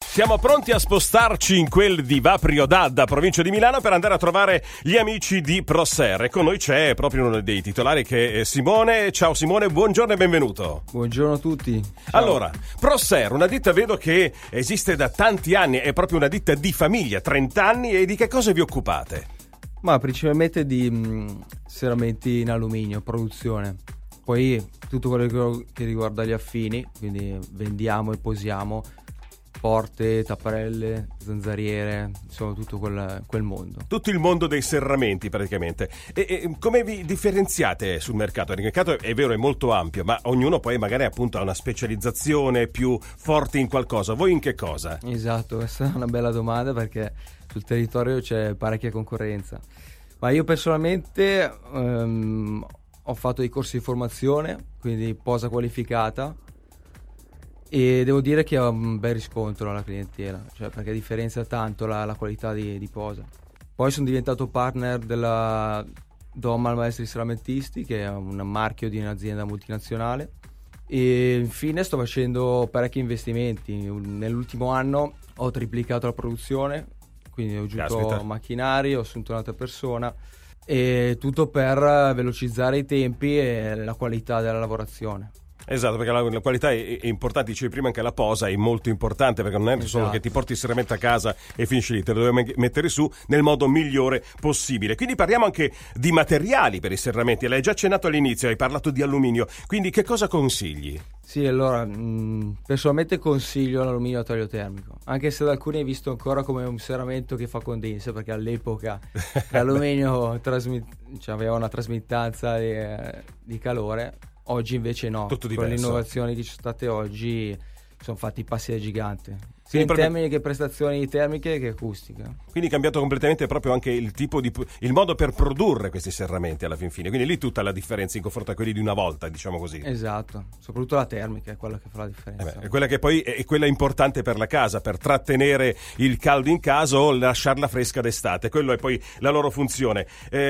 Siamo pronti a spostarci in quel di Vaprio d'Adda, provincia di Milano, per andare a trovare gli amici di Proser. E con noi c'è proprio uno dei titolari, che è Simone. Ciao Simone, buongiorno e benvenuto. Buongiorno a tutti. Ciao. Allora, Proser, una ditta vedo che esiste da tanti anni, è proprio una ditta di famiglia, 30 anni, e di che cosa vi occupate? Ma principalmente di serramenti in alluminio, produzione. Poi tutto quello che riguarda gli affini, quindi vendiamo e posiamo porte, tapparelle, zanzariere, insomma tutto quel mondo. Tutto il mondo dei serramenti praticamente. E come vi differenziate sul mercato? Il mercato è vero, è molto ampio, ma ognuno poi magari appunto ha una specializzazione più forte in qualcosa. Voi in che cosa? Esatto, questa è una bella domanda perché sul territorio c'è parecchia concorrenza. Ma io personalmente ho fatto dei corsi di formazione, quindi posa qualificata, e devo dire che ho un bel riscontro alla clientela, cioè perché differenzia tanto la qualità di posa. Poi sono diventato partner della Domal Maestri Serramentisti, che è un marchio di un'azienda multinazionale, e infine sto facendo parecchi investimenti. Nell'ultimo anno ho triplicato la produzione, quindi ho aggiunto macchinari, ho assunto un'altra persona, e tutto per velocizzare i tempi e la qualità della lavorazione. Esatto, perché la qualità è importante. Dicevi prima anche la posa è molto importante, perché non è solo che ti porti il serramento a casa e finisci lì, te lo devi mettere su nel modo migliore possibile. Quindi parliamo anche di materiali per i serramenti. L'hai già accennato all'inizio, hai parlato di alluminio, quindi che cosa consigli? Sì, allora personalmente consiglio l'alluminio a taglio termico, anche se da alcuni è visto ancora come un serramento che fa condensa, perché all'epoca l'alluminio aveva una trasmittanza di calore. Oggi invece no, tutto con diverso. Le innovazioni che ci sono state oggi sono fatti passi da gigante, sia in termini che prestazioni termiche che acustiche. Quindi è cambiato completamente proprio anche il modo per produrre questi serramenti alla fin fine, quindi lì tutta la differenza in confronto a quelli di una volta, diciamo così. Esatto, soprattutto la termica è quella che fa la differenza. È quella che poi è quella importante per la casa, per trattenere il caldo in casa o lasciarla fresca d'estate, quello è poi la loro funzione.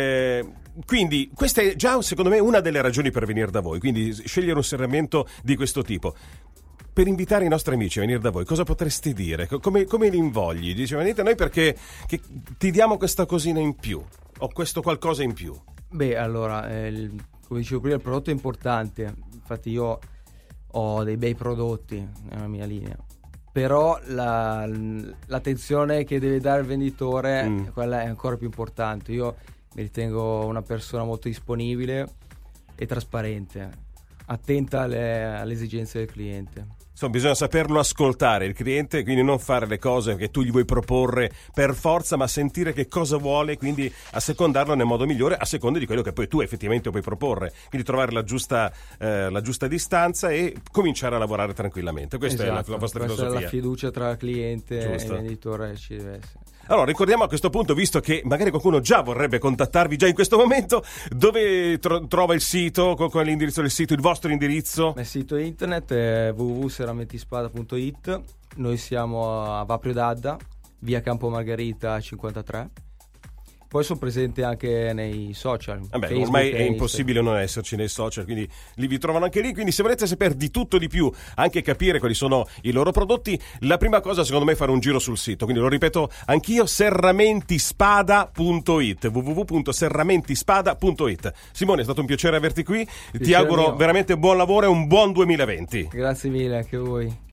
Quindi questa è già secondo me una delle ragioni per venire da voi, quindi scegliere un serramento di questo tipo. Per invitare i nostri amici a venire da voi, cosa potresti dire? Come li invogli? Dice, venite a noi perché ti diamo questa cosina in più, o questo qualcosa in più. Beh, allora, come dicevo prima, il prodotto è importante. Infatti io ho dei bei prodotti nella mia linea, però l'attenzione che deve dare il venditore, quella è ancora più importante. Io mi ritengo una persona molto disponibile e trasparente, attenta alle esigenze del cliente. Insomma, bisogna saperlo ascoltare il cliente, quindi non fare le cose che tu gli vuoi proporre per forza, ma sentire che cosa vuole, quindi assecondarlo nel modo migliore a seconda di quello che poi tu effettivamente puoi proporre. Quindi trovare la giusta distanza e cominciare a lavorare tranquillamente. Questa è la vostra filosofia. È la fiducia tra cliente e venditore ci deve essere. Allora, ricordiamo a questo punto, visto che magari qualcuno già vorrebbe contattarvi già in questo momento, dove trova il sito, qual è l'indirizzo del sito, il vostro indirizzo? Il sito internet è www.serramentispada.it. Noi siamo a Vaprio d'Adda, via Campo Margherita 53. Poi sono presente anche nei social. Facebook, ormai è impossibile non esserci nei social, quindi li vi trovano anche lì. Quindi se volete sapere di tutto di più, anche capire quali sono i loro prodotti, la prima cosa secondo me è fare un giro sul sito. Quindi lo ripeto anch'io, serramentispada.it, www.serramentispada.it. Simone, è stato un piacere averti qui. Ti auguro veramente buon lavoro e un buon 2020. Grazie mille anche a voi.